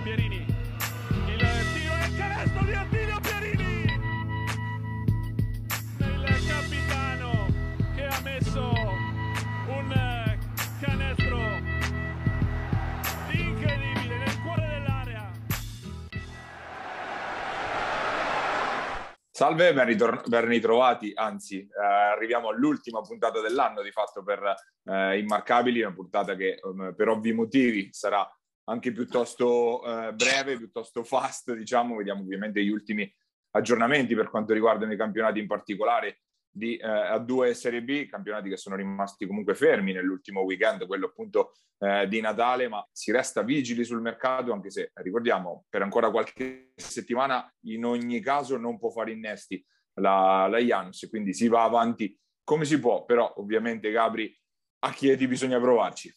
Pierini, il tiro e il canestro di Attilio Pierini, il capitano che ha messo un canestro incredibile nel cuore dell'area. Salve, ben ritrovati, anzi arriviamo all'ultima puntata dell'anno di fatto per Immarcabili, una puntata che per ovvi motivi sarà anche piuttosto breve, piuttosto fast, diciamo. Vediamo ovviamente gli ultimi aggiornamenti per quanto riguardano i campionati, in particolare di A2 e Serie B, campionati che sono rimasti comunque fermi nell'ultimo weekend, quello appunto di Natale, ma si resta vigili sul mercato, anche se, ricordiamo, per ancora qualche settimana in ogni caso non può fare innesti la Janus, quindi si va avanti come si può. Però ovviamente, Gabri, a Chieti bisogna provarci.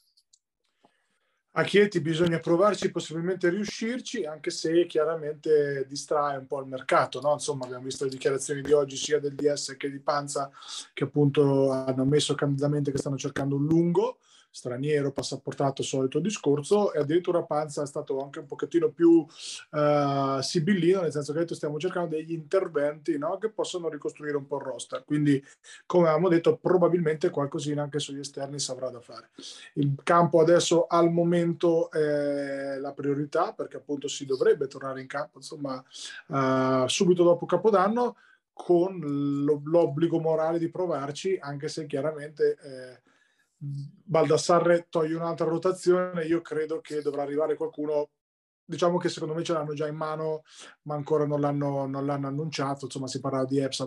A Chieti bisogna provarci, possibilmente riuscirci, anche se chiaramente distrae un po' il mercato, no? Insomma, abbiamo visto le dichiarazioni di oggi sia del DS che di Panza, che appunto hanno ammesso candidamente che stanno cercando un lungo straniero, passaportato, solito discorso, e addirittura Panza è stato anche un pochettino più sibillino, nel senso che ha detto stiamo cercando degli interventi, no? Che possono ricostruire un po' il roster, quindi come avevamo detto probabilmente qualcosina anche sugli esterni si avrà da fare. Il campo adesso al momento è la priorità, perché appunto si dovrebbe tornare in campo insomma subito dopo Capodanno, con l'obbligo morale di provarci, anche se chiaramente Baldassarre toglie un'altra rotazione. Io credo che dovrà arrivare qualcuno, diciamo che secondo me ce l'hanno già in mano, ma ancora non l'hanno annunciato. Insomma, si parla di EPS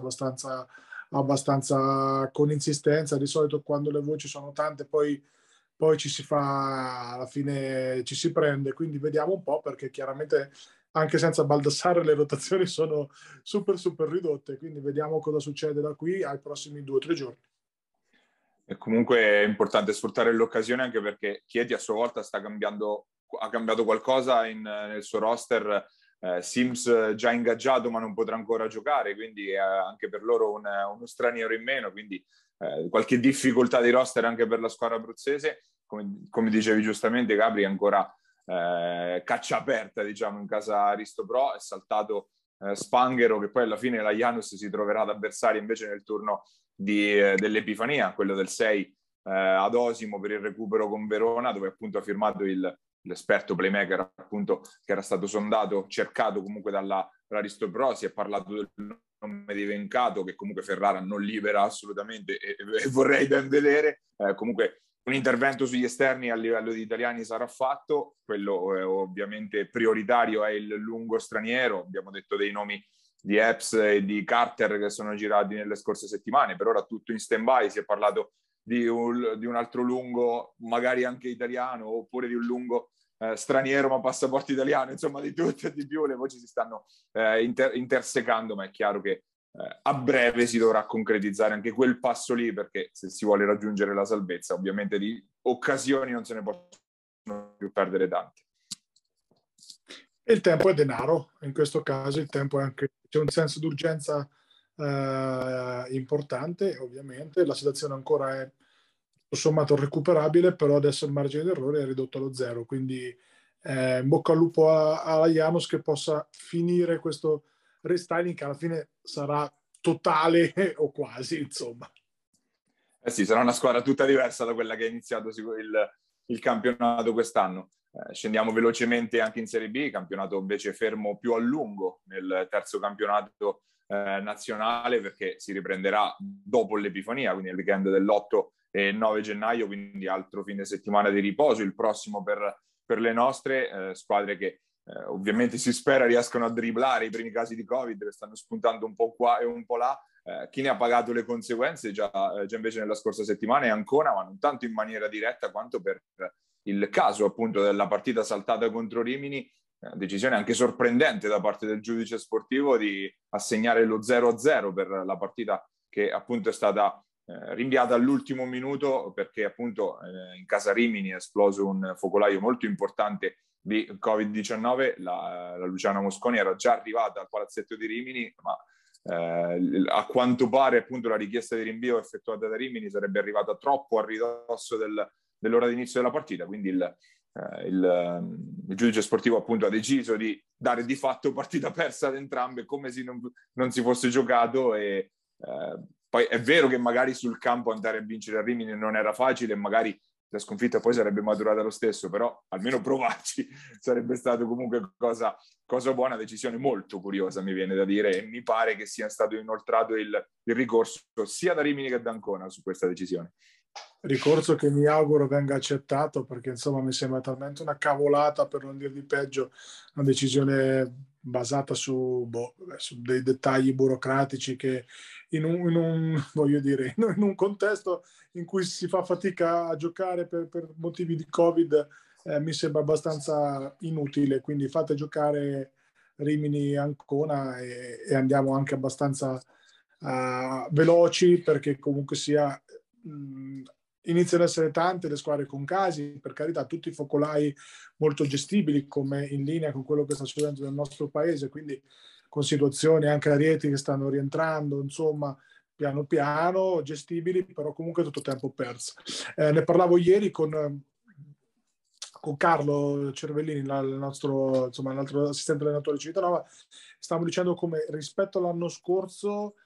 abbastanza con insistenza. Di solito quando le voci sono tante poi ci si fa, alla fine ci si prende, quindi vediamo un po', perché chiaramente anche senza Baldassarre le rotazioni sono super ridotte, quindi vediamo cosa succede da qui ai prossimi 2 o 3 giorni. E comunque è importante sfruttare l'occasione, anche perché Chieti a sua volta ha cambiato qualcosa nel suo roster. Sims già ingaggiato ma non potrà ancora giocare, quindi anche per loro uno straniero in meno, quindi qualche difficoltà di roster anche per la squadra abruzzese. Come dicevi giustamente, Gabri, ancora caccia aperta, diciamo, in casa Aristopro. È saltato Spanghero, che poi alla fine la Janus si troverà ad avversario invece nel turno dell'Epifania, quello del 6 ad Osimo, per il recupero con Verona, dove appunto ha firmato l'esperto playmaker, appunto, che era stato sondato, cercato comunque dall'Aristopro. Si è parlato del nome di Vencato, che comunque Ferrara non libera assolutamente e vorrei ben vedere. Comunque un intervento sugli esterni a livello di italiani sarà fatto. Quello ovviamente prioritario è il lungo straniero. Abbiamo detto dei nomi di Epps e di Carter che sono girati nelle scorse settimane. Per ora tutto in stand-by. Si è parlato di un altro lungo, magari anche italiano, oppure di un lungo straniero ma passaporto italiano. Insomma, di tutto e di più. Le voci si stanno intersecando, ma è chiaro che a breve si dovrà concretizzare anche quel passo lì, perché se si vuole raggiungere la salvezza, ovviamente di occasioni non se ne possono più perdere tante. E il tempo è denaro, in questo caso il tempo è anche, c'è un senso d'urgenza importante. Ovviamente la situazione ancora è tutto sommato recuperabile, però adesso il margine d'errore è ridotto allo 0, quindi in bocca al lupo alla Janus, che possa finire questo restyling, che alla fine sarà totale o quasi, insomma. Sì, sarà una squadra tutta diversa da quella che ha iniziato il campionato quest'anno. Scendiamo velocemente anche in Serie B, campionato invece fermo più a lungo nel terzo campionato nazionale, perché si riprenderà dopo l'Epifania, quindi il weekend dell'8 e 9 gennaio, quindi altro fine settimana di riposo, il prossimo per le nostre squadre che ovviamente si spera riescano a dribblare i primi casi di Covid che stanno spuntando un po' qua e un po' là. Chi ne ha pagato le conseguenze già invece nella scorsa settimana è Ancona, ma non tanto in maniera diretta quanto per il caso appunto della partita saltata contro Rimini, decisione anche sorprendente da parte del giudice sportivo di assegnare lo 0-0 per la partita, che appunto è stata rinviata all'ultimo minuto, perché appunto in casa Rimini è esploso un focolaio molto importante di Covid-19. La Luciana Mosconi era già arrivata al palazzetto di Rimini, ma a quanto pare appunto la richiesta di rinvio effettuata da Rimini sarebbe arrivata troppo a ridosso dell'ora di inizio della partita, quindi il giudice sportivo appunto ha deciso di dare di fatto partita persa ad entrambe, come se non si fosse giocato, e poi è vero che magari sul campo andare a vincere a Rimini non era facile, e magari la sconfitta poi sarebbe maturata lo stesso, però almeno provarci sarebbe stato comunque cosa buona. Decisione molto curiosa, mi viene da dire, e mi pare che sia stato inoltrato il ricorso sia da Rimini che da Ancona su questa decisione. Ricorso che mi auguro venga accettato, perché insomma mi sembra talmente una cavolata, per non dir di peggio, una decisione basata su dei dettagli burocratici che in un contesto in cui si fa fatica a giocare per motivi di Covid, mi sembra abbastanza inutile. Quindi fate giocare Rimini Ancona e andiamo anche abbastanza veloci, perché comunque sia iniziano ad essere tante le squadre con casi, per carità, tutti i focolai molto gestibili, come in linea con quello che sta succedendo nel nostro paese, quindi con situazioni anche a Rieti che stanno rientrando, insomma, piano piano, gestibili, però comunque tutto tempo perso. Ne parlavo ieri con Carlo Cervellini, il nostro assistente allenatore di Civitanova. Stavamo dicendo come rispetto all'anno scorso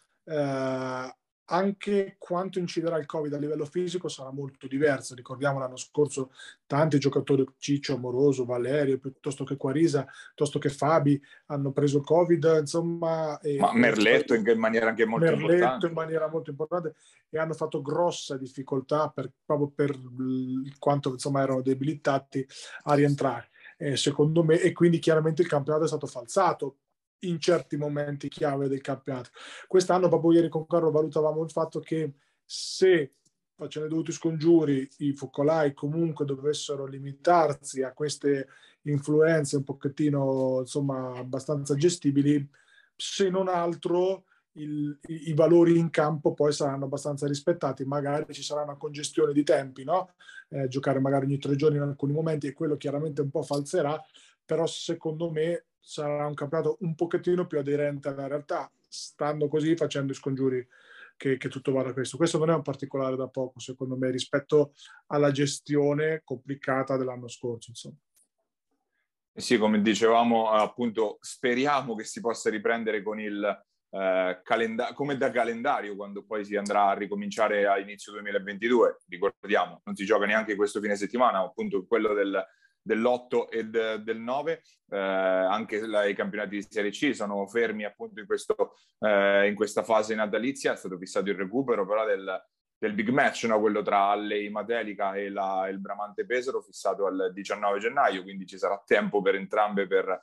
anche quanto inciderà il Covid a livello fisico sarà molto diverso. Ricordiamo l'anno scorso tanti giocatori, Ciccio, Amoroso, Valerio, piuttosto che Quarisa, piuttosto che Fabi, hanno preso il Covid, insomma. Ma Merletto in maniera anche molto importante. In maniera molto importante, e hanno fatto grossa difficoltà proprio per quanto insomma erano debilitati a rientrare. Secondo me, e quindi chiaramente il campionato è stato falsato in certi momenti chiave del campionato. Quest'anno, proprio ieri con Carlo, valutavamo il fatto che se facendo i dovuti scongiuri i focolai comunque dovessero limitarsi a queste influenze un pochettino, insomma, abbastanza gestibili, se non altro i valori in campo poi saranno abbastanza rispettati. Magari ci sarà una congestione di tempi, no? Giocare magari ogni 3 giorni in alcuni momenti, e quello chiaramente un po' falserà, però secondo me sarà un campionato un pochettino più aderente alla realtà, stando così, facendo i scongiuri che tutto vada a questo. Questo non è un particolare da poco, secondo me, rispetto alla gestione complicata dell'anno scorso, insomma. Sì, come dicevamo, appunto, speriamo che si possa riprendere con il come da calendario, quando poi si andrà a ricominciare a inizio 2022. Ricordiamo, non si gioca neanche questo fine settimana, appunto quello dell'8 e del 9, anche i campionati di Serie C sono fermi appunto in questa fase natalizia. È stato fissato il recupero però del big match, no? Quello tra Alley Matelica e il Bramante Pesaro, fissato al 19 gennaio, quindi ci sarà tempo per entrambe per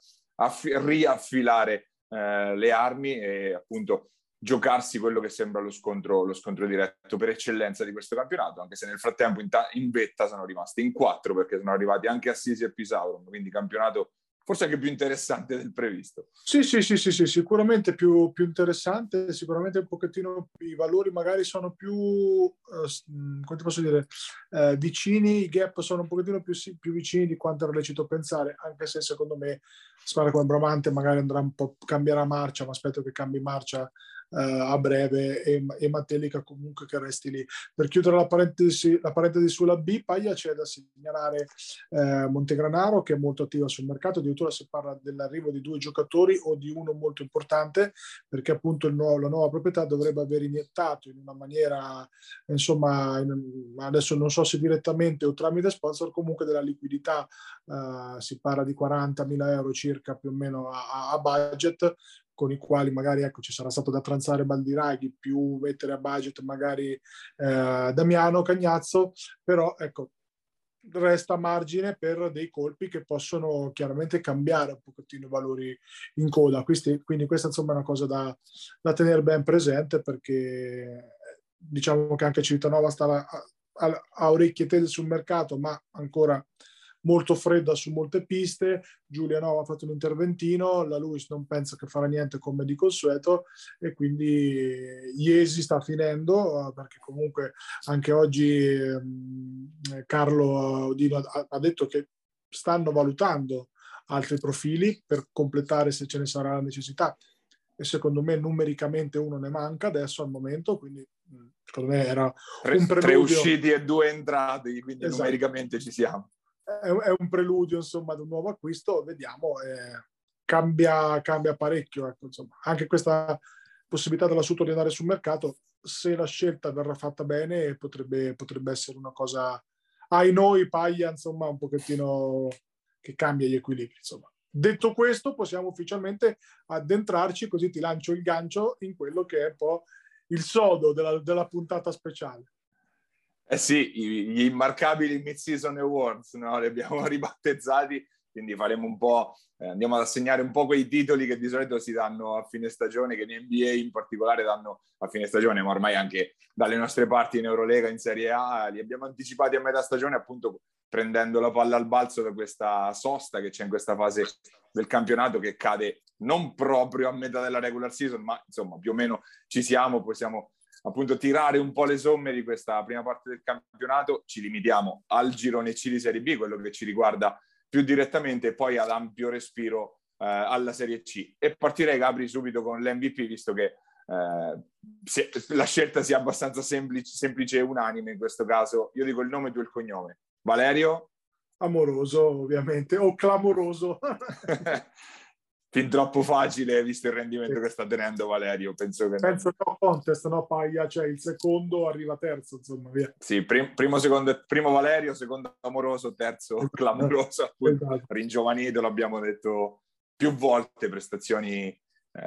riaffilare le armi e appunto giocarsi quello che sembra lo scontro diretto per eccellenza di questo campionato, anche se nel frattempo in vetta sono rimasti in 4, perché sono arrivati anche Assisi e Pisaurum, quindi campionato forse anche più interessante del previsto. Sì, sicuramente più interessante, sicuramente un pochettino i valori magari sono più, come ti posso dire, vicini, i gap sono un pochettino più vicini di quanto era lecito pensare, anche se secondo me squadra come Bramante magari andrà un po', cambierà marcia, ma aspetto che cambi marcia a breve, e Matelica comunque che resti lì. Per chiudere la parentesi sulla B, Paglia, c'è da segnalare Montegranaro, che è molto attiva sul mercato. Addirittura si parla dell'arrivo di 2 giocatori o di uno molto importante, perché appunto la nuova proprietà dovrebbe aver iniettato in una maniera, insomma, adesso non so se direttamente o tramite sponsor, comunque della liquidità. Si parla di 40.000 euro circa più o meno a budget, con i quali magari ci sarà stato da pranzare Baldiraghi, più mettere a budget magari Damiano Cagnazzo, però resta margine per dei colpi che possono chiaramente cambiare un pochettino i valori in coda. Quindi questa insomma è una cosa da tenere ben presente, perché diciamo che anche Civitanova sta a orecchie tese sul mercato, ma ancora molto fredda su molte piste. Giulianova ha fatto un interventino, la Luis non pensa che farà niente come di consueto, e quindi Iesi sta finendo, perché comunque anche oggi Carlo Odino ha detto che stanno valutando altri profili per completare se ce ne sarà la necessità, e secondo me numericamente uno ne manca adesso al momento, quindi secondo me era un preludio. 3 usciti e 2 entrati, quindi numericamente ci siamo. è un preludio, insomma, ad un nuovo acquisto, vediamo, cambia parecchio, ecco, insomma. Anche questa possibilità della Sud di andare sul mercato, se la scelta verrà fatta bene, potrebbe essere una cosa, ai noi paglia, insomma, un pochettino che cambia gli equilibri, insomma. Detto questo, possiamo ufficialmente addentrarci, così ti lancio il gancio in quello che è un po' il sodo della puntata speciale. Eh sì, gli immarcabili Mid-Season Awards, no? Li abbiamo ribattezzati, quindi faremo un po', andiamo ad assegnare un po' quei titoli che di solito si danno a fine stagione, che in NBA in particolare danno a fine stagione, ma ormai anche dalle nostre parti in Eurolega, in Serie A, li abbiamo anticipati a metà stagione, appunto prendendo la palla al balzo da questa sosta che c'è in questa fase del campionato, che cade non proprio a metà della regular season, ma insomma più o meno ci siamo, possiamo appunto tirare un po' le somme di questa prima parte del campionato. Ci limitiamo al girone C di Serie B, quello che ci riguarda più direttamente, e poi ad ampio respiro alla Serie C. E partirei, Gabri, subito con l'MVP, visto che la scelta sia abbastanza semplice e unanime in questo caso. Io dico il nome e tu il cognome. Valerio? Amoroso, ovviamente, o clamoroso. Fin troppo facile, visto il rendimento che sta tenendo Valerio. Penso no contest, no Paglia, cioè il secondo arriva terzo, insomma, via. Sì, primo Valerio, secondo Amoroso, terzo clamoroso, appunto, esatto. ringiovanito, l'abbiamo detto più volte, prestazioni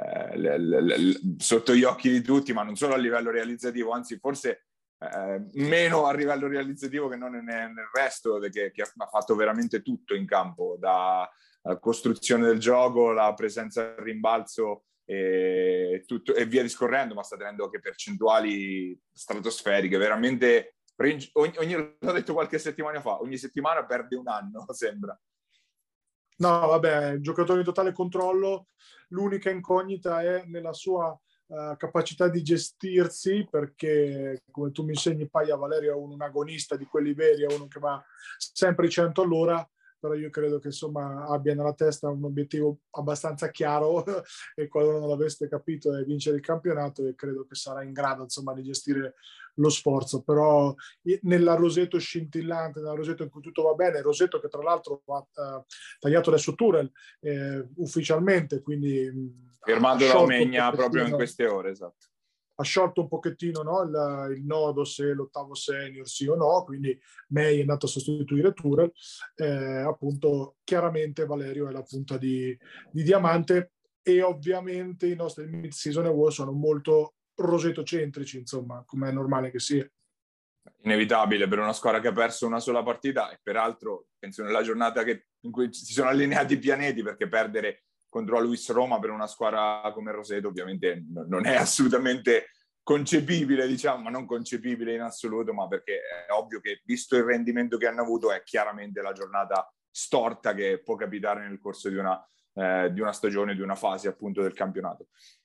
sotto gli occhi di tutti, ma non solo a livello realizzativo, anzi forse meno a livello realizzativo che non nel resto, che ha fatto veramente tutto in campo, da costruzione del gioco, la presenza al rimbalzo e via discorrendo, ma sta tenendo anche percentuali stratosferiche, veramente. L'ho detto qualche settimana fa, ogni settimana perde un anno, sembra. No, vabbè, giocatore in totale controllo, l'unica incognita è nella sua capacità di gestirsi, perché come tu mi insegni, Paia, Valerio è un agonista di quelli veri, è uno che va sempre i 100 all'ora, però io credo che insomma abbia nella testa un obiettivo abbastanza chiaro e qualora non l'aveste capito è vincere il campionato, e credo che sarà in grado insomma di gestire lo sforzo. Però nella Roseto scintillante, nella Roseto in cui tutto va bene, Roseto che tra l'altro ha tagliato adesso Turel ufficialmente, quindi firmato da Omegna proprio in queste ore, esatto. Ha sciolto un pochettino, no, il nodo se l'ottavo senior sì o no, quindi May è andato a sostituire Turel, appunto chiaramente Valerio è la punta di diamante, e ovviamente i nostri mid-season award sono molto rosetocentrici, insomma, come è normale che sia. Inevitabile per una squadra che ha perso una sola partita, e peraltro penso nella giornata in cui si sono allineati i pianeti, perché perdere contro la Luis Roma per una squadra come Roseto ovviamente non è assolutamente concepibile, diciamo, ma non concepibile in assoluto, ma perché è ovvio che visto il rendimento che hanno avuto è chiaramente la giornata storta che può capitare nel corso di una stagione, di una fase appunto del campionato.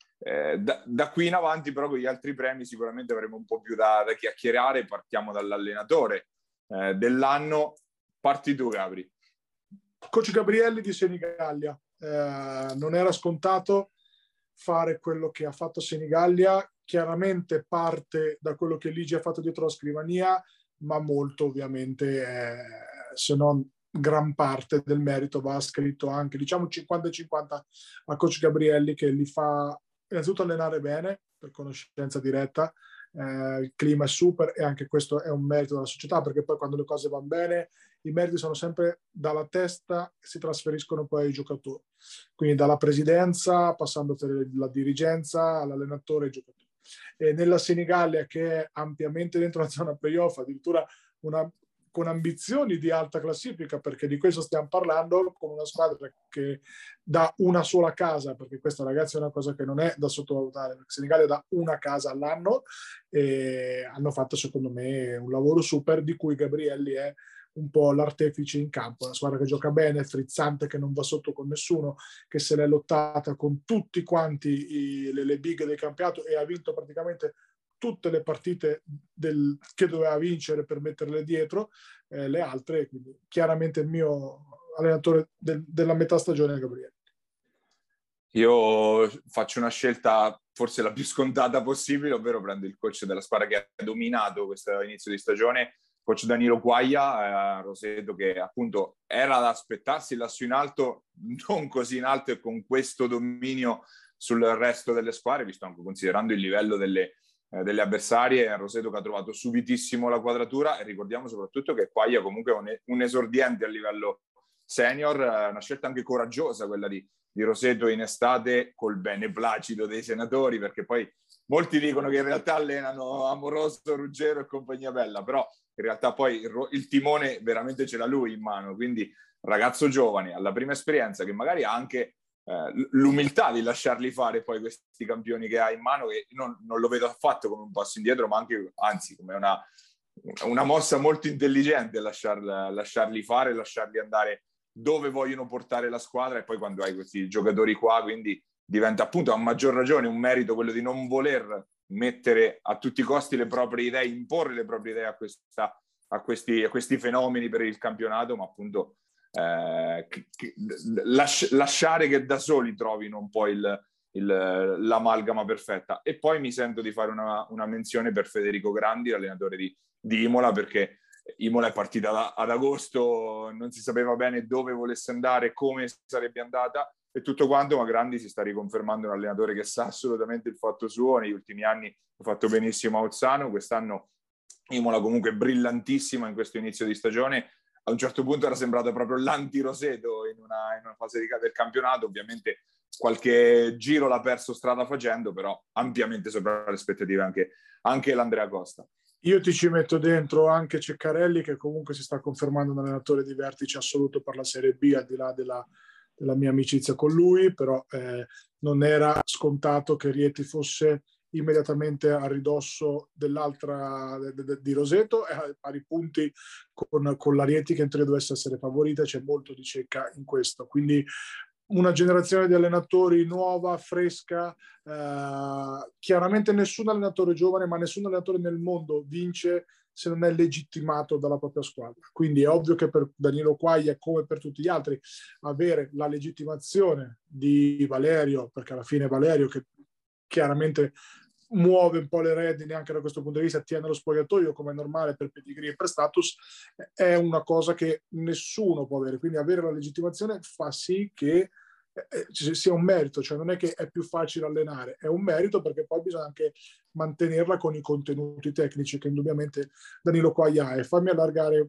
Da qui in avanti però con gli altri premi sicuramente avremo un po' più da chiacchierare. Partiamo dall'allenatore dell'anno. Parti tu, Gabri. Coach Gabrielli di Senigallia. Non era scontato fare quello che ha fatto Senigallia, chiaramente parte da quello che Ligi ha fatto dietro la scrivania, ma molto ovviamente, se non gran parte del merito va scritto anche, diciamo 50-50 a Coach Gabrielli, che li fa innanzitutto allenare bene per conoscenza diretta, il clima è super, e anche questo è un merito della società, perché poi quando le cose vanno bene i meriti sono sempre dalla testa e si trasferiscono poi ai giocatori, quindi dalla presidenza passando per la dirigenza all'allenatore e ai giocatori. E nella Senigallia, che è ampiamente dentro la zona playoff, addirittura con ambizioni di alta classifica, perché di questo stiamo parlando, con una squadra che dà una sola casa, perché questa, ragazzi, è una cosa che non è da sottovalutare, perché Senigallia dà una casa all'anno, e hanno fatto secondo me un lavoro super, di cui Gabrielli è un po' l'artefice in campo. Una squadra che gioca bene, frizzante, che non va sotto con nessuno, che se l'è lottata con tutti quanti le big del campionato, e ha vinto praticamente tutte le partite che doveva vincere per metterle dietro le altre. Quindi chiaramente il mio allenatore della metà stagione è Gabriele. Io faccio una scelta forse la più scontata possibile, ovvero prendo il coach della squadra che ha dominato questo inizio di stagione, coach Danilo Quaglia, Roseto che appunto era da aspettarsi lassù in alto, non così in alto e con questo dominio sul resto delle squadre, visto anche considerando il livello delle avversarie. Roseto che ha trovato subitissimo la quadratura, e ricordiamo soprattutto che Quaglia comunque è un esordiente a livello senior, una scelta anche coraggiosa quella di Roseto in estate, col beneplacito dei senatori, perché poi molti dicono che in realtà allenano Amoroso, Ruggero e compagnia bella, però in realtà poi il timone veramente ce l'ha lui in mano, quindi ragazzo giovane, alla prima esperienza, che magari ha anche l'umiltà di lasciarli fare poi questi campioni che ha in mano, che non lo vedo affatto come un passo indietro, ma anche, anzi, come una mossa molto intelligente, lasciarli fare, lasciarli andare dove vogliono portare la squadra. E poi quando hai questi giocatori qua, quindi diventa appunto a maggior ragione un merito quello di non voler mettere a tutti i costi le proprie idee, imporre le proprie idee a questi fenomeni per il campionato, ma appunto lasciare che da soli trovino un po' l'amalgama perfetta. E poi mi sento di fare una menzione per Federico Grandi, l'allenatore di Imola, perché Imola è partita ad agosto, non si sapeva bene dove volesse andare, come sarebbe andata e tutto quanto, ma Grandi si sta riconfermando un allenatore che sa assolutamente il fatto suo. Negli ultimi anni ha fatto benissimo a Ozzano, quest'anno Imola comunque brillantissima in questo inizio di stagione. A un certo punto era sembrato proprio l'anti-Roseto in una fase del campionato. Ovviamente qualche giro l'ha perso strada facendo, però ampiamente sopra le aspettative anche l'Andrea Costa. Io ti ci metto dentro anche Ceccarelli, che comunque si sta confermando un allenatore di vertice assoluto per la Serie B, al di là della mia amicizia con lui, però non era scontato che Rieti fosse immediatamente a ridosso dell'altra di Roseto, a pari punti con la Rieti, che in teoria dovesse essere favorita. C'è molto di Cecca in questo, quindi una generazione di allenatori nuova, fresca. Chiaramente nessun allenatore giovane, ma nessun allenatore nel mondo vince se non è legittimato dalla propria squadra. Quindi è ovvio che per Danilo Quaglia, come per tutti gli altri, avere la legittimazione di Valerio, perché alla fine Valerio, che chiaramente muove un po' le redini anche da questo punto di vista, tiene lo spogliatoio come è normale per pedigree e per status, è una cosa che nessuno può avere. Quindi avere la legittimazione fa sì che sia un merito, cioè non è che è più facile allenare, è un merito, perché poi bisogna anche mantenerla con i contenuti tecnici che indubbiamente Danilo Quaglia ha. E fammi allargare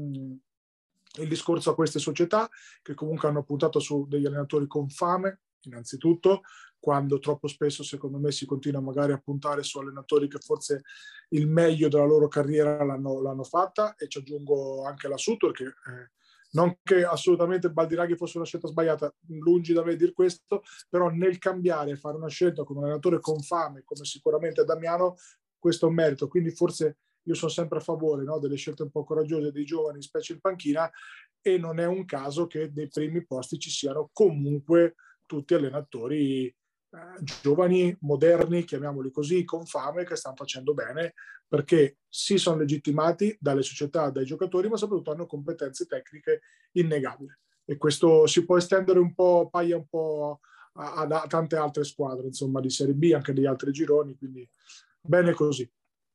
il discorso a queste società che comunque hanno puntato su degli allenatori con fame, innanzitutto, quando troppo spesso secondo me si continua magari a puntare su allenatori che forse il meglio della loro carriera l'hanno fatta. E ci aggiungo anche la Sutor, che non che assolutamente Baldiraghi fosse una scelta sbagliata, lungi da me dire questo, però nel cambiare e fare una scelta con un allenatore con fame, come sicuramente Damiano, questo è un merito. Quindi forse io sono sempre a favore, no, delle scelte un po' coraggiose dei giovani, specie in panchina, e non è un caso che nei primi posti ci siano comunque tutti allenatori giovani, moderni, chiamiamoli così, con fame, che stanno facendo bene, perché sì, sono legittimati dalle società, dai giocatori, ma soprattutto hanno competenze tecniche innegabili. E questo si può estendere un po', paglia un po' a tante altre squadre, insomma, di Serie B, anche degli altri gironi, quindi bene così.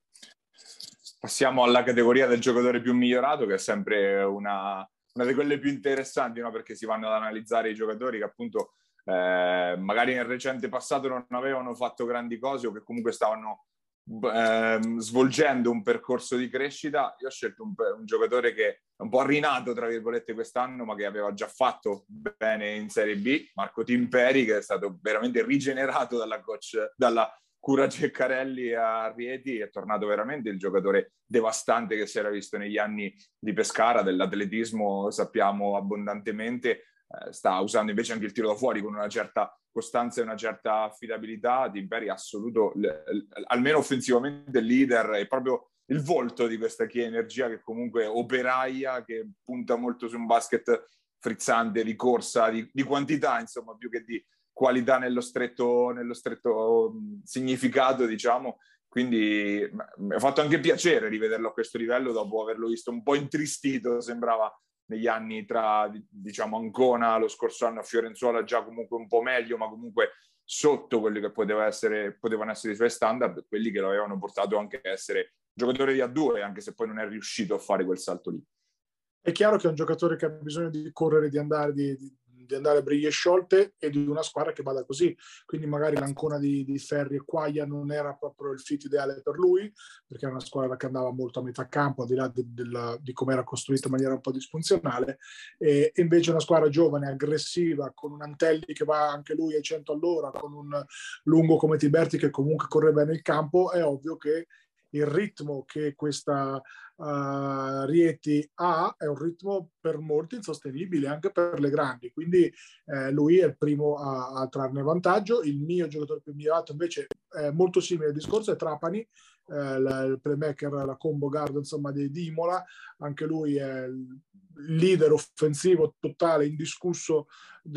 Passiamo alla categoria del giocatore più migliorato, che è sempre una di quelle più interessanti, no? Perché si vanno ad analizzare i giocatori che appunto magari nel recente passato non avevano fatto grandi cose, o che comunque stavano svolgendo un percorso di crescita. Io ho scelto un giocatore che è un po' rinato, tra virgolette, quest'anno, ma che aveva già fatto bene in Serie B, Marco Timperi, che è stato veramente rigenerato dalla cura Ceccarelli a Rieti. È tornato veramente il giocatore devastante che si era visto negli anni di Pescara. Dell'atletismo sappiamo abbondantemente, sta usando invece anche il tiro da fuori con una certa costanza e una certa affidabilità. Timperi assoluto, almeno offensivamente, il leader, è proprio il volto di questa Chia Energia, che comunque operaia, che punta molto su un basket frizzante, di corsa, di quantità, insomma, più che di qualità nello stretto significato, diciamo. Quindi mi ha fatto anche piacere rivederlo a questo livello, dopo averlo visto un po' intristito, sembrava, negli anni tra, diciamo, Ancona, lo scorso anno a Fiorenzuola, già comunque un po' meglio, ma comunque sotto quelli che potevano essere i suoi standard, quelli che lo avevano portato anche a essere giocatore di A2, anche se poi non è riuscito a fare quel salto lì. È chiaro che è un giocatore che ha bisogno di correre, di andare a briglie sciolte e di una squadra che vada così. Quindi magari l'Ancona di Ferri e Quaglia non era proprio il fit ideale per lui, perché era una squadra che andava molto a metà campo, al di là di come era costruita in maniera un po' disfunzionale. E invece una squadra giovane, aggressiva, con un Antelli che va anche lui ai 100 all'ora, con un lungo come Tiberti che comunque corre bene il campo, è ovvio che il ritmo che questa Rieti ha è un ritmo per molti insostenibile anche per le grandi, quindi lui è il primo a trarne vantaggio. Il mio giocatore più mirato invece è molto simile al discorso, è Trapani, il playmaker, la combo guard insomma di Imola. Anche lui è il leader offensivo totale, indiscusso di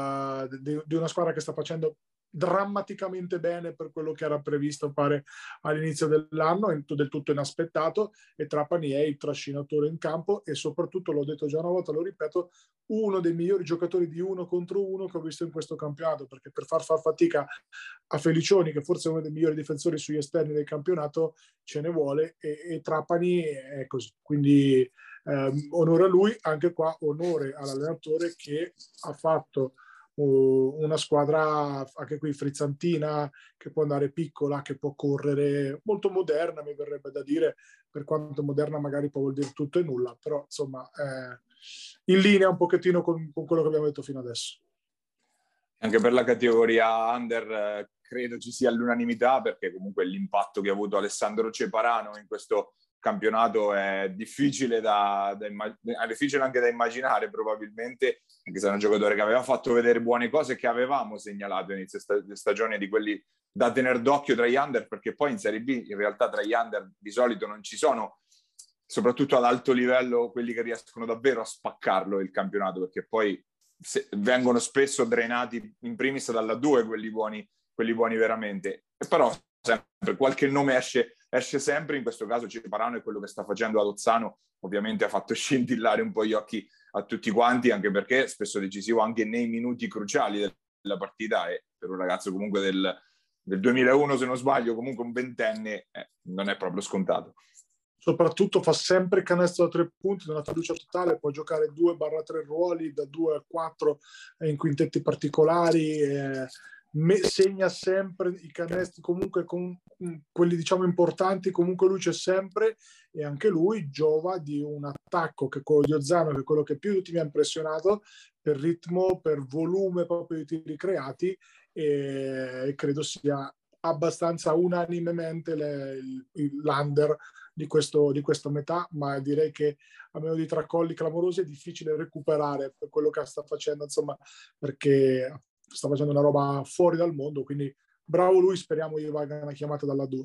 una squadra che sta facendo drammaticamente bene per quello che era previsto fare all'inizio dell'anno, del tutto inaspettato, e Trapani è il trascinatore in campo e soprattutto, l'ho detto già una volta, lo ripeto, uno dei migliori giocatori di 1 contro 1 che ho visto in questo campionato, perché per far fatica a Felicioni, che forse è uno dei migliori difensori sugli esterni del campionato, ce ne vuole, e Trapani è così, quindi onore a lui. Anche qua onore all'allenatore che ha fatto una squadra anche qui frizzantina, che può andare piccola, che può correre, molto moderna mi verrebbe da dire, per quanto moderna magari può vuol dire tutto e nulla, però insomma in linea un pochettino con quello che abbiamo detto fino adesso. Anche per la categoria under credo ci sia l'unanimità, perché comunque l'impatto che ha avuto Alessandro Ceparano in questo campionato è difficile difficile anche da immaginare, probabilmente, anche se è un giocatore che aveva fatto vedere buone cose, che avevamo segnalato inizio stagione, di quelli da tenere d'occhio tra gli under, perché poi in Serie B in realtà tra gli under di solito non ci sono, soprattutto ad alto livello, quelli che riescono davvero a spaccarlo il campionato, perché poi vengono spesso drenati in primis dalla 2 quelli buoni veramente, e però sempre qualche nome esce sempre. In questo caso Ceparano è quello che sta facendo ad Ozzano, ovviamente ha fatto scintillare un po' gli occhi a tutti quanti, anche perché è spesso decisivo anche nei minuti cruciali della partita, e per un ragazzo comunque del 2001 se non sbaglio, comunque un ventenne, non è proprio scontato. Soprattutto fa sempre canestro da 3 punti nella fiducia totale, può giocare 2/3 ruoli da 2 a 4 in quintetti particolari, segna sempre i canestri, comunque con quelli diciamo importanti, comunque lui c'è sempre, e anche lui giova di un attacco che è quello di Ozzano, che è quello che più di tutti mi ha impressionato per ritmo, per volume proprio di tiri creati, e credo sia abbastanza unanimemente l'under di questa metà, ma direi che a meno di tracolli clamorosi è difficile recuperare per quello che sta facendo, insomma, perché sta facendo una roba fuori dal mondo, quindi bravo lui, speriamo gli valga una chiamata dalla 2.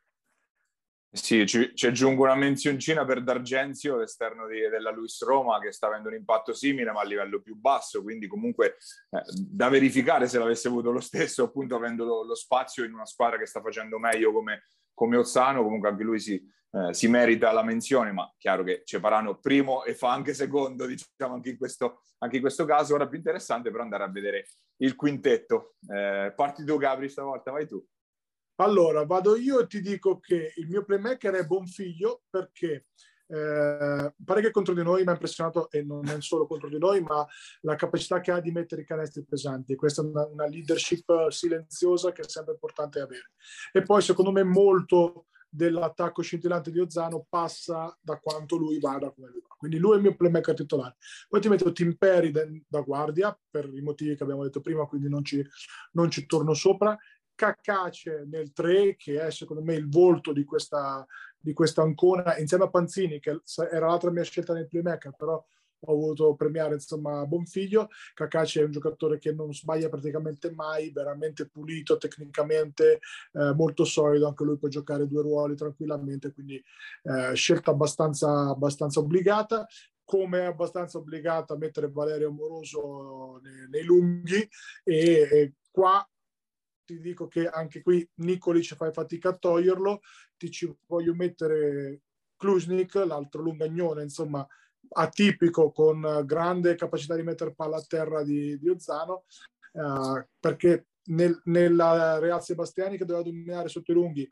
Sì, ci aggiungo una menzioncina per D'Argenzio, l'esterno della Luis Roma, che sta avendo un impatto simile ma a livello più basso, quindi comunque da verificare se l'avesse avuto lo stesso, appunto avendo lo spazio in una squadra che sta facendo meglio come Ozzano. Comunque anche lui si merita la menzione, ma chiaro che Ceparano primo e fa anche secondo, diciamo, anche in questo caso. Ora più interessante però andare a vedere il quintetto. Parti tu, Gabri, stavolta, vai tu. Allora, vado io e ti dico che il mio playmaker è Bonfiglio, perché pare che contro di noi mi ha impressionato, e non è solo contro di noi, ma la capacità che ha di mettere i canestri pesanti. Questa è una leadership silenziosa che è sempre importante avere. E poi, secondo me, molto dell'attacco scintillante di Ozzano passa da quanto lui vada come lui va. Quindi lui è il mio playmaker titolare. Poi ti metto Tim Perry da guardia, per i motivi che abbiamo detto prima, quindi non ci torno sopra. Cacace nel 3, che è secondo me il volto di questa Ancona, insieme a Panzini, che era l'altra mia scelta nel playmaker, però ho voluto premiare insomma Bonfiglio. Cacace è un giocatore che non sbaglia praticamente mai, veramente pulito tecnicamente, molto solido, anche lui può giocare 2 ruoli tranquillamente, quindi scelta abbastanza obbligata. Come è abbastanza obbligata a mettere Valerio Amoroso nei lunghi, e qua ti dico che anche qui Nikolic fai fatica a toglierlo, ci voglio mettere Klusnik, l'altro lungagnone, insomma, atipico, con grande capacità di mettere palla a terra di Ozzano, perché nella Real Sebastiani, che doveva dominare sotto i lunghi,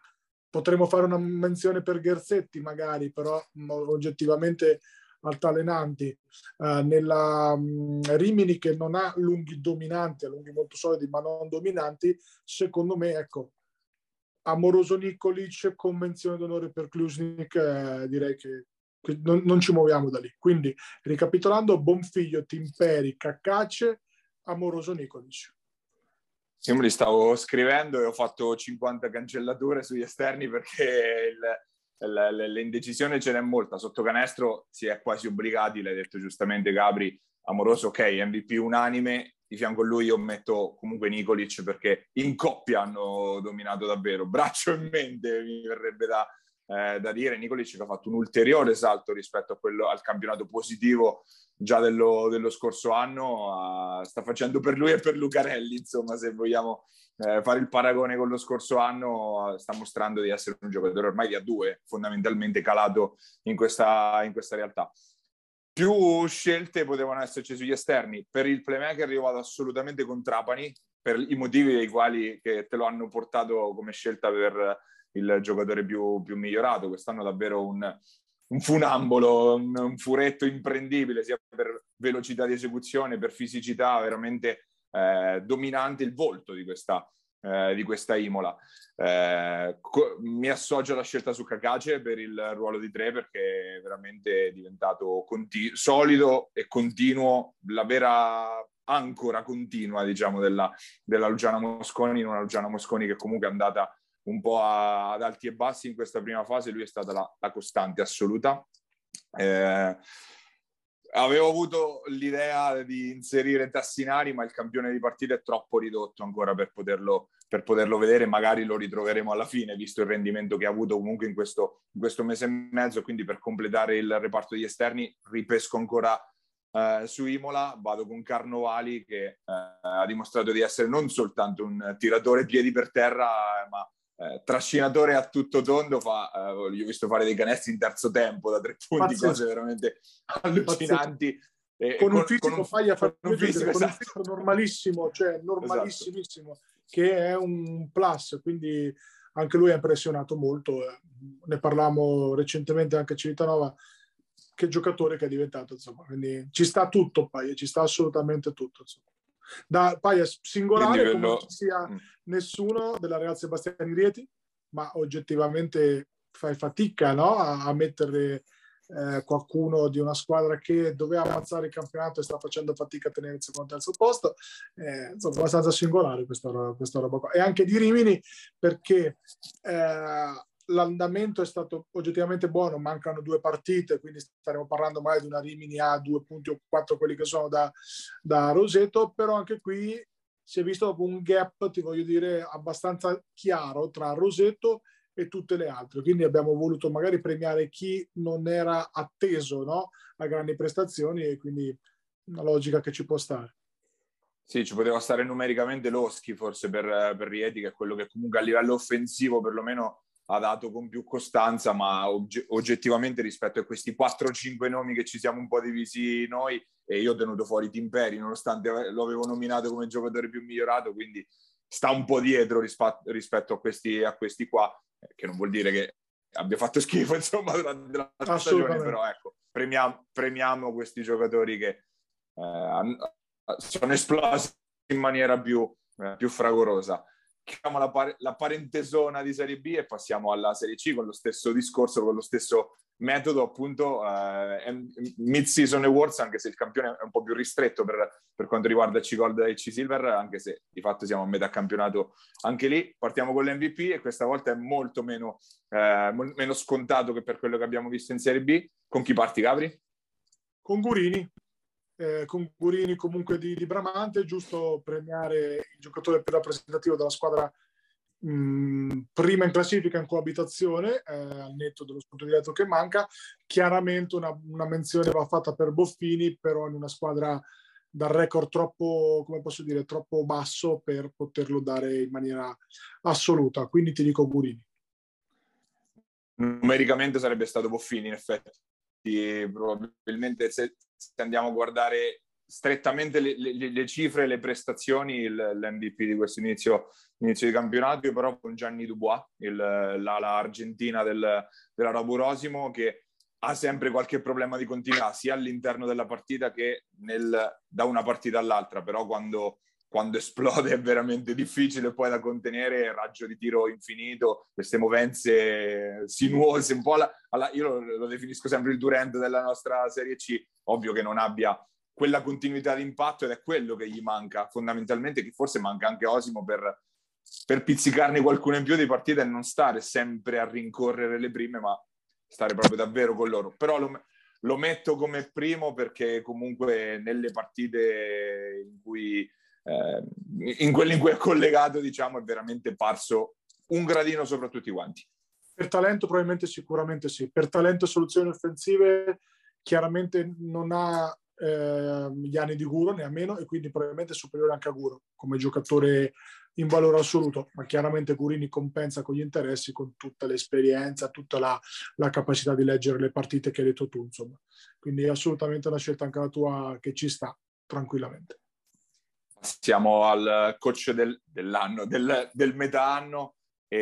Potremmo fare una menzione per Gherzetti magari, però oggettivamente altalenanti. Nella Rimini, che non ha lunghi dominanti, ha lunghi molto solidi ma non dominanti, secondo me, ecco, Amoroso Nikolic con menzione d'onore per Klusnik, direi che non ci muoviamo da lì. Quindi, ricapitolando: Bonfiglio, Timperi, Caccace, Amoroso Nikolic. Io me li stavo scrivendo e ho fatto 50 cancellature sugli esterni perché l'indecisione ce n'è molta. Sotto canestro si è quasi obbligati, l'hai detto giustamente Gabri, Amoroso, ok, MVP unanime, di fianco a lui io metto comunque Nikolic perché in coppia hanno dominato davvero. Braccio in mente mi verrebbe da dire. Nikolic che ha fatto un ulteriore salto rispetto a al campionato positivo già dello scorso anno, sta facendo per lui e per Lucarelli, insomma, se vogliamo fare il paragone con lo scorso anno, sta mostrando di essere un giocatore ormai di A2, fondamentalmente calato in questa realtà. Più scelte potevano esserci sugli esterni. Per il playmaker io vado assolutamente con Trapani, per i motivi dei quali che te lo hanno portato come scelta per il giocatore più migliorato. Quest'anno davvero un funambolo, un furetto imprendibile, sia per velocità di esecuzione, per fisicità, veramente dominante il volto di questa Imola. Mi associo alla scelta su Caccace per il ruolo di 3 perché è veramente diventato solido e continuo, la vera ancora continua, diciamo, della Lugana Mosconi, in una Lugana Mosconi che comunque è andata un po' ad alti e bassi in questa prima fase. Lui è stata la costante assoluta. Avevo avuto l'idea di inserire Tassinari, ma il campione di partita è troppo ridotto ancora per poterlo vedere. Magari lo ritroveremo alla fine, visto il rendimento che ha avuto comunque in questo mese e mezzo. Quindi per completare il reparto degli esterni ripesco ancora su Imola, vado con Carnovali che ha dimostrato di essere non soltanto un tiratore piedi per terra, ma trascinatore a tutto tondo. Gli ho visto fare dei canestri in terzo tempo da 3 punti, Pazzesco. cose veramente allucinanti. Con un fisico esatto, normalissimo, cioè normalissimissimo, esatto, che è un plus, quindi anche lui ha impressionato molto. Ne parlavamo recentemente anche a Civitanova, che giocatore che è diventato, insomma, quindi ci sta tutto, Paia, ci sta assolutamente tutto, insomma. Da Paia singolare, come non ci sia nessuno della Real Sebastiani Rieti, ma oggettivamente fai fatica, no? a mettere qualcuno di una squadra che doveva ammazzare il campionato e sta facendo fatica a tenere il secondo e terzo posto. Insomma, abbastanza singolare questa roba qua. E anche di Rimini, perché l'andamento è stato oggettivamente buono, mancano 2 partite, quindi staremo parlando magari di una Rimini a 2 punti o 4 quelli che sono da Roseto, però anche qui si è visto un gap, ti voglio dire, abbastanza chiaro tra Roseto e tutte le altre, quindi abbiamo voluto magari premiare chi non era atteso, no? A grandi prestazioni, e quindi una logica che ci può stare. Sì, ci poteva stare numericamente Loschi forse per Rieti, che è quello che comunque a livello offensivo perlomeno ha dato con più costanza, ma oggettivamente rispetto a questi 4-5 nomi che ci siamo un po' divisi noi, e io ho tenuto fuori Timperi nonostante lo avevo nominato come giocatore più migliorato, quindi sta un po' dietro rispetto a questi qua, che non vuol dire che abbia fatto schifo insomma durante la stagione, però ecco, premiamo questi giocatori che sono esplosi in maniera più fragorosa. Chiamo la parentesona di Serie B e passiamo alla Serie C con lo stesso discorso, con lo stesso metodo, appunto, mid-season awards, anche se il campione è un po' più ristretto per quanto riguarda C-Gold e C-Silver, anche se di fatto siamo a metà campionato anche lì. Partiamo con l'MVP e questa volta è molto meno scontato che per quello che abbiamo visto in Serie B. Con chi parti, Gabri? Con Gurini. Con Gurini comunque di Bramante, giusto premiare il giocatore più rappresentativo della squadra prima in classifica in coabitazione, al netto dello sconto diretto che manca. Chiaramente una menzione va fatta per Boffini, però in una squadra dal record troppo, come posso dire, troppo basso per poterlo dare in maniera assoluta, quindi ti dico Gurini. Numericamente sarebbe stato Boffini, in effetti. Probabilmente se andiamo a guardare strettamente le cifre, le prestazioni, l'MVP di questo inizio di campionato, io però con Gianni Dubois, l'ala argentina della Raburosimo, che ha sempre qualche problema di continuità sia all'interno della partita che da una partita all'altra, però quando esplode è veramente difficile poi da contenere, raggio di tiro infinito, queste movenze sinuose, un po' io lo definisco sempre il Durant della nostra Serie C, ovvio che non abbia quella continuità di impatto ed è quello che gli manca fondamentalmente, che forse manca anche Osimo per pizzicarne qualcuno in più di partita e non stare sempre a rincorrere le prime, ma stare proprio davvero con loro. Però lo metto come primo perché comunque nelle partite in quelle in cui è collegato, diciamo, è veramente parso un gradino sopra tutti quanti. Per talento probabilmente sicuramente sì. Per talento e soluzioni offensive chiaramente non ha gli anni di Guro, ne ha meno, e quindi probabilmente è superiore anche a Guro come giocatore in valore assoluto, ma chiaramente Gurini compensa con gli interessi, con tutta l'esperienza, tutta la capacità di leggere le partite che hai detto tu, insomma. Quindi è assolutamente una scelta anche la tua che ci sta tranquillamente. Siamo al coach dell'anno, del metà anno,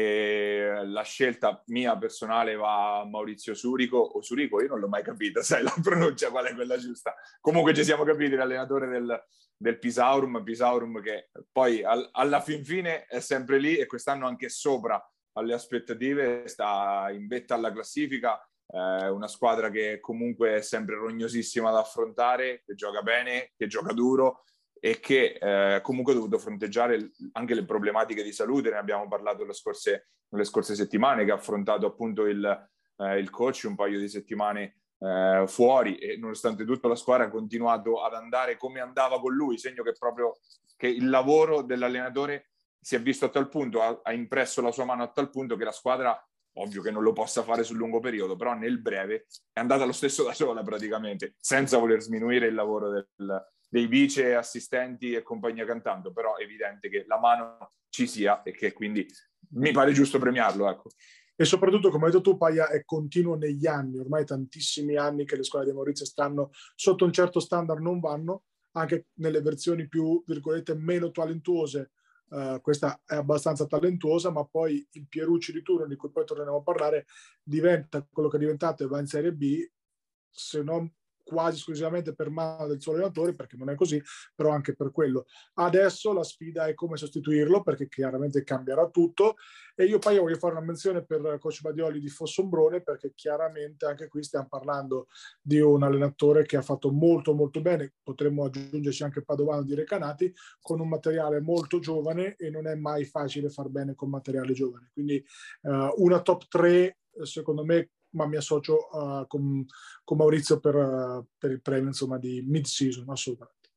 e la scelta mia personale va a Maurizio Surico o Surico, io non l'ho mai capita, sai la pronuncia qual è quella giusta. Comunque ci siamo capiti, l'allenatore del Pisaurum che poi alla fin fine è sempre lì e quest'anno anche sopra alle aspettative, sta in vetta alla classifica, una squadra che comunque è sempre rognosissima da affrontare, che gioca bene, che gioca duro e che comunque ha dovuto fronteggiare anche le problematiche di salute. Ne abbiamo parlato nelle scorse settimane, che ha affrontato appunto il coach un paio di settimane fuori, e nonostante tutto la squadra ha continuato ad andare come andava con lui, segno che proprio che il lavoro dell'allenatore si è visto a tal punto, ha impresso la sua mano a tal punto che la squadra, ovvio che non lo possa fare sul lungo periodo, però nel breve è andata lo stesso da sola praticamente, senza voler sminuire il lavoro dei vice assistenti e compagnia cantando, però è evidente che la mano ci sia e che quindi mi pare giusto premiarlo, ecco. E soprattutto, come hai detto tu, Paia, è continuo negli anni, ormai tantissimi anni che le squadre di Maurizio stanno sotto un certo standard, non vanno, anche nelle versioni più, virgolette, meno talentuose. Questa è abbastanza talentuosa, ma poi il Pierucci di turno, di cui poi torneremo a parlare, diventa quello che è diventato e va in Serie B, se non quasi esclusivamente per mano del suo allenatore, perché non è così, però anche per quello. Adesso la sfida è come sostituirlo, perché chiaramente cambierà tutto, e io poi voglio fare una menzione per coach Badioli di Fossombrone, perché chiaramente anche qui stiamo parlando di un allenatore che ha fatto molto molto bene, potremmo aggiungerci anche Padovano di Recanati, con un materiale molto giovane, e non è mai facile far bene con materiale giovane, quindi una top 3 secondo me, ma mi associo con Maurizio per il premio, insomma, di mid-season, assolutamente.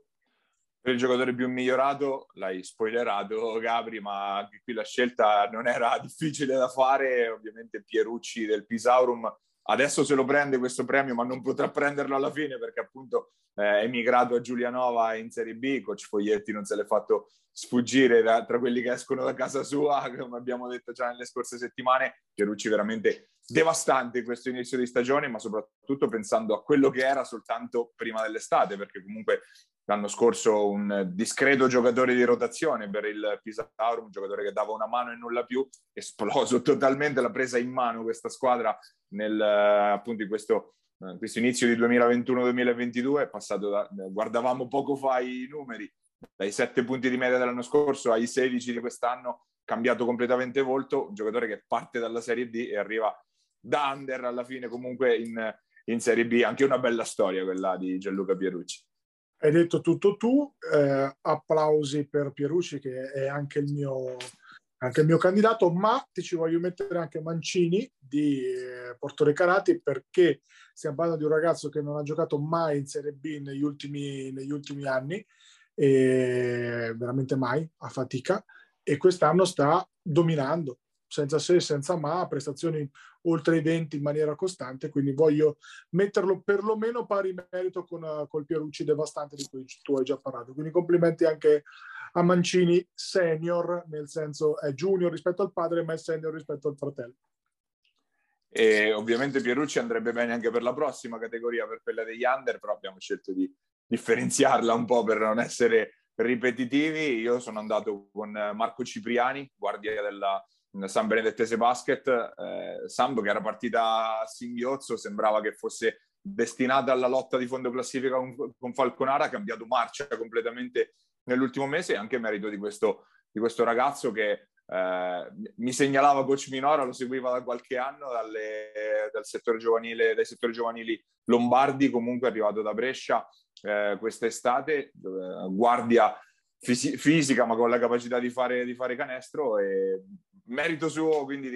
Per il giocatore più migliorato, l'hai spoilerato Gabri, ma anche qui la scelta non era difficile da fare, ovviamente Pierucci del Pisaurum adesso se lo prende questo premio, ma non potrà prenderlo alla fine perché appunto è emigrato a Giulianova in Serie B. Coach Foglietti non se l'è fatto sfuggire tra quelli che escono da casa sua, come abbiamo detto già nelle scorse settimane. Pierucci veramente devastante in questo inizio di stagione, ma soprattutto pensando a quello che era soltanto prima dell'estate, perché comunque l'anno scorso un discreto giocatore di rotazione per il Pisaurum, un giocatore che dava una mano e nulla più, esploso totalmente, l'ha presa in mano questa squadra appunto in questo inizio di 2021-2022, è passato guardavamo poco fa i numeri, dai 7 punti di media dell'anno scorso ai 16 di quest'anno, cambiato completamente volto, un giocatore che parte dalla Serie D e arriva da under alla fine comunque in Serie B. Anche una bella storia quella di Gianluca Pierucci. Hai detto tutto tu, applausi per Pierucci che è anche il mio candidato, ma ti ci voglio mettere anche Mancini di Porto Recanati, perché stiamo parlando di un ragazzo che non ha giocato mai in Serie B negli ultimi anni, e veramente mai, a fatica, e quest'anno sta dominando senza se, senza ma, prestazioni oltre i 20 in maniera costante, quindi voglio metterlo perlomeno pari merito col Pierucci devastante di cui tu hai già parlato. Quindi complimenti anche a Mancini senior, nel senso è junior rispetto al padre, ma è senior rispetto al fratello. E ovviamente Pierucci andrebbe bene anche per la prossima categoria, per quella degli under, però abbiamo scelto di differenziarla un po' per non essere ripetitivi. Io sono andato con Marco Cipriani, guardia della San Benedettese Basket. Samb, che era partita a singhiozzo, sembrava che fosse destinata alla lotta di fondo classifica con Falconara, ha cambiato marcia completamente nell'ultimo mese, anche merito di questo ragazzo che mi segnalava Coach Minora, lo seguiva da qualche anno dai settori giovanili lombardi, comunque è arrivato da Brescia quest'estate, guardia fisica ma con la capacità di fare canestro, e merito suo quindi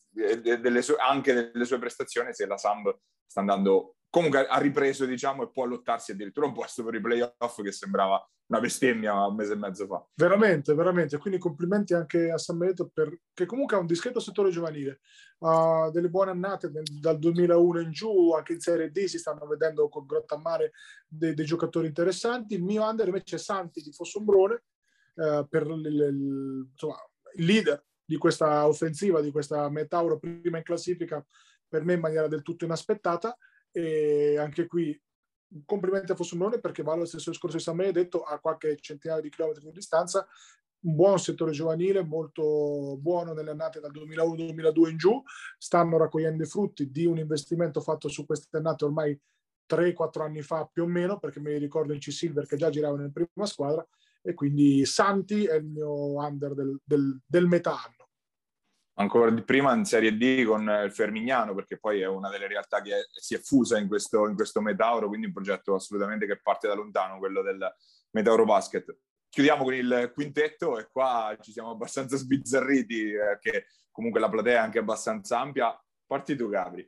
anche delle sue prestazioni, se la Samb sta andando, comunque ha ripreso, diciamo, e può lottarsi addirittura un posto per i playoff, che sembrava una bestemmia un mese e mezzo fa. Veramente, veramente. Quindi complimenti anche a San Benedetto, che comunque ha un discreto settore giovanile. Delle buone annate dal 2001 in giù, anche in Serie D si stanno vedendo con Grottammare dei giocatori interessanti. Il mio under invece è Santi di Fossombrone, per insomma, il leader di questa offensiva, di questa Metauro, prima in classifica, per me in maniera del tutto inaspettata. E anche qui complimenti a Fossombrone, perché va allo stesso discorso di San Benedetto, a qualche centinaio di chilometri di distanza, un buon settore giovanile, molto buono nelle annate dal 2001-2002 in giù. Stanno raccogliendo i frutti di un investimento fatto su queste annate ormai 3-4 anni fa più o meno, perché mi ricordo in C-Silver che già giravano in prima squadra, e quindi Santi è il mio under del metà anno. Ancora di prima in Serie D con il Fermignano, perché poi è una delle realtà che si è fusa in questo Metauro, quindi un progetto assolutamente che parte da lontano, quello del Metauro Basket. Chiudiamo con il quintetto, e qua ci siamo abbastanza sbizzarriti, che comunque la platea è anche abbastanza ampia. Parti tu, Gabri.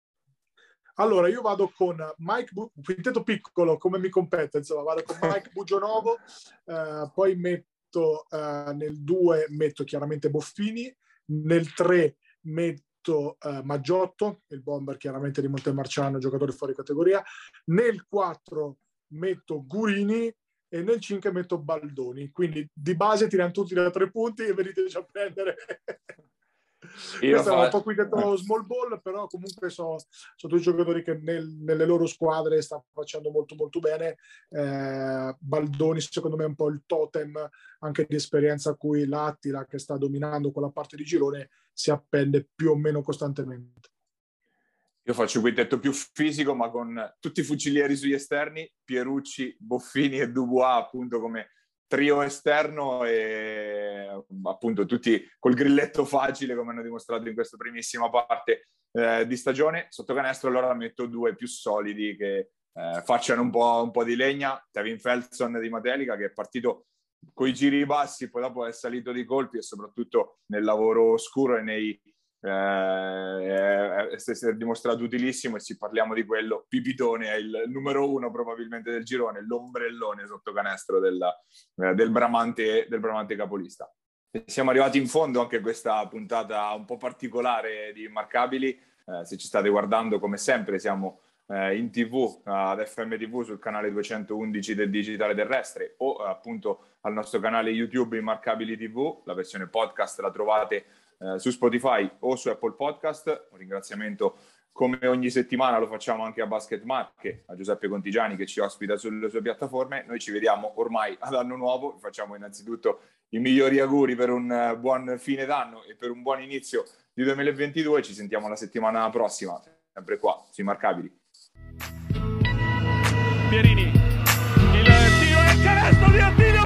Allora, io vado con quintetto piccolo, come mi compete, insomma, vado con Mike Bugionovo, poi metto nel 2 metto chiaramente Boffini, nel 3 metto Maggiotto, il bomber chiaramente di Montemarciano, giocatore fuori categoria, nel 4 metto Gurini e nel 5 metto Baldoni. Quindi di base tiriamo tutti da 3 punti e veniteci a prendere. Questo è un po' quintetto small ball, però comunque sono due giocatori che nelle loro squadre stanno facendo molto molto bene. Baldoni secondo me è un po' il totem anche di esperienza a cui l'Attila, che sta dominando quella parte di girone, si appende più o meno costantemente. Io faccio il quintetto più fisico, ma con tutti i fucilieri sugli esterni, Pierucci, Boffini e Dubois appunto come trio esterno, e appunto tutti col grilletto facile, come hanno dimostrato in questa primissima parte di stagione. Sotto canestro allora metto 2 più solidi che facciano un po' di legna. Tevin Felson di Matelica, che è partito coi giri bassi, poi dopo è salito di colpi, e soprattutto nel lavoro oscuro e è dimostrato utilissimo. E se parliamo di quello, Pipitone è il numero 1 probabilmente del girone, l'ombrellone sotto canestro del Bramante capolista. E siamo arrivati in fondo anche a questa puntata un po' particolare di Immarcabili. Se ci state guardando, come sempre siamo in TV, ad FM TV, sul canale 211 del Digitale Terrestre, o appunto al nostro canale YouTube Immarcabili TV. La versione podcast la trovate su Spotify o su Apple Podcast. Un ringraziamento, come ogni settimana lo facciamo anche a Basket Marche, a Giuseppe Contigiani, che ci ospita sulle sue piattaforme. Noi ci vediamo ormai ad anno nuovo, vi facciamo innanzitutto i migliori auguri per un buon fine d'anno e per un buon inizio di 2022. Ci sentiamo la settimana prossima, sempre qua su Immarcabili. Pierini, il tiro e il canestro di Attilio